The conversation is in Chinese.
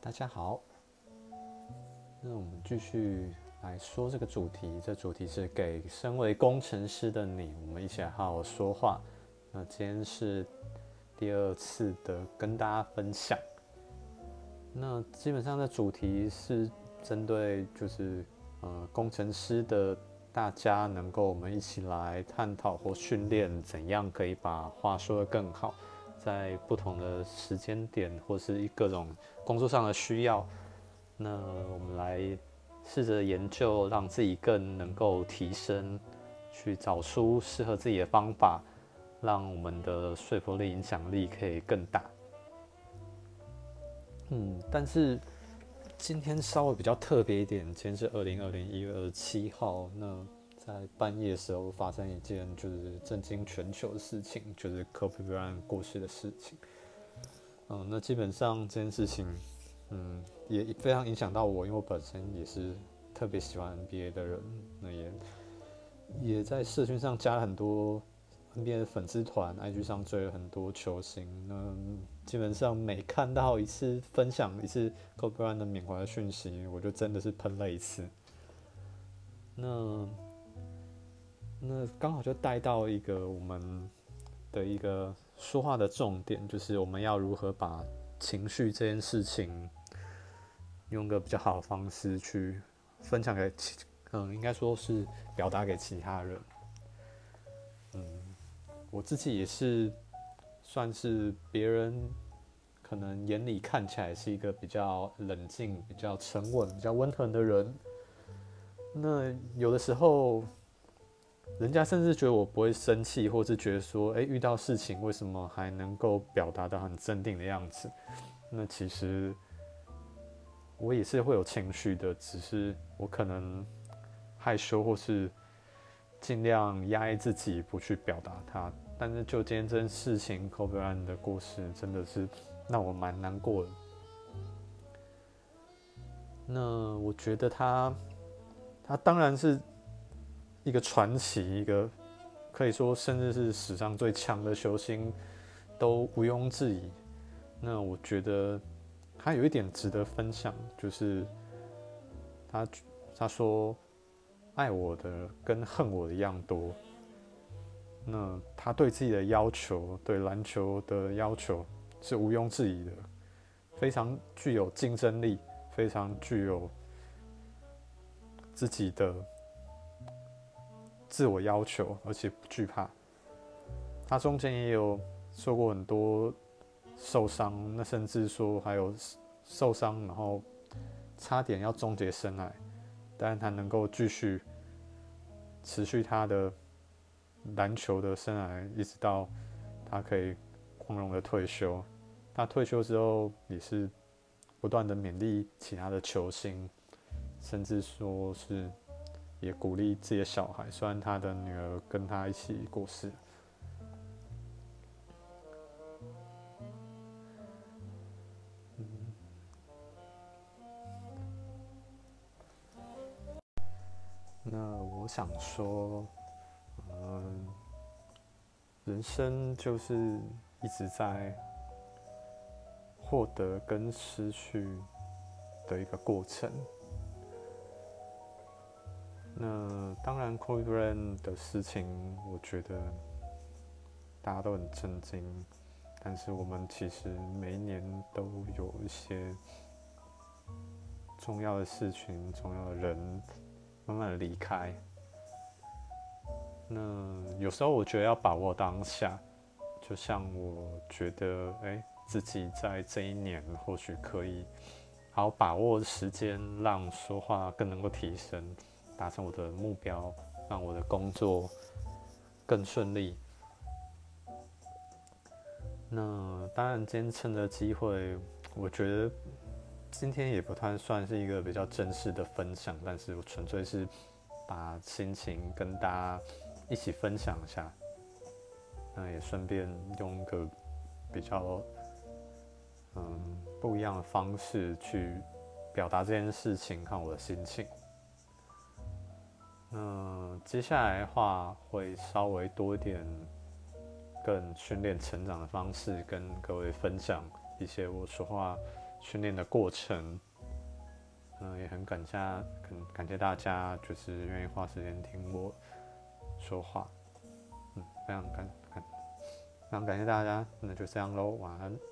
大家好，那我们继续来说这个主题。这主题是给身为工程师的你，我们一起来好好说话。那今天是第二次的跟大家分享。那基本上的主题是针对工程师的大家能够我们一起来探讨或训练，怎样可以把话说得更好，在不同的时间点或是各种工作上的需要。那我们来试着研究，让自己更能够提升，去找出适合自己的方法，让我们的说服力、影响力可以更大。但是今天稍微比较特别一点，今天是2020年1月27号。那在半夜的时候发生一件就是震惊全球的事情，就是 Kobe Bryant 过世的事情。那基本上这件事情，也非常影响到我，因为我本身也是特别喜欢 NBA 的人，那也在社群上加了很多 NBA 的粉丝团 ，IG 上追了很多球星。那基本上每看到一次分享一次 Kobe Bryant 的缅怀的讯息，我就真的是喷了一次。那刚好就带到一个我们的一个说话的重点，就是我们要如何把情绪这件事情用个比较好的方式去分享给应该说是表达给其他人。我自己也是算是别人可能眼里看起来是一个比较冷静、比较沉稳、比较温和的人。那有的时候，人家甚至觉得我不会生气，或是觉得说，遇到事情为什么还能够表达到很镇定的样子？那其实我也是会有情绪的，只是我可能害羞，或是尽量压抑自己，不去表达它。但是就今天这件事情，Kobe Bryant 的过世真的是让我蛮难过的。那我觉得他当然是一个传奇，一个可以说甚至是史上最强的球星，都毋庸置疑。那我觉得他有一点值得分享，就是他说爱我的跟恨我的一样多。那他对自己的要求，对篮球的要求是毋庸置疑的，非常具有竞争力，非常具有自己的自我要求，而且不惧怕。他中间也有受过很多受伤，那甚至说还有受伤，然后差点要终结生涯，但是他能够继续持续他的篮球的生涯，一直到他可以光荣的退休。他退休之后也是不断的勉励其他的球星，甚至说是也鼓励自己的小孩。虽然他的女儿跟他一起过世。那我想说，人生就是一直在获得跟失去的一个过程。那当然 ，Kobe Bryant 的事情，我觉得大家都很震惊。但是我们其实每一年都有一些重要的事情、重要的人慢慢的离开。那有时候我觉得要把握当下，就像我觉得，自己在这一年或许可以好好把握时间，让说话更能够提升，达成我的目标，让我的工作更顺利。那当然，今天趁着机会，我觉得今天也不太算是一个比较正式的分享，但是我纯粹是把心情跟大家一起分享一下。那也顺便用一个比较不一样的方式去表达这件事情和我的心情。那接下来的话会稍微多一点更训练成长的方式，跟各位分享一些我说话训练的过程。也很感谢大家，就是愿意花时间听我说话。非常感谢大家，那就这样喽，晚安。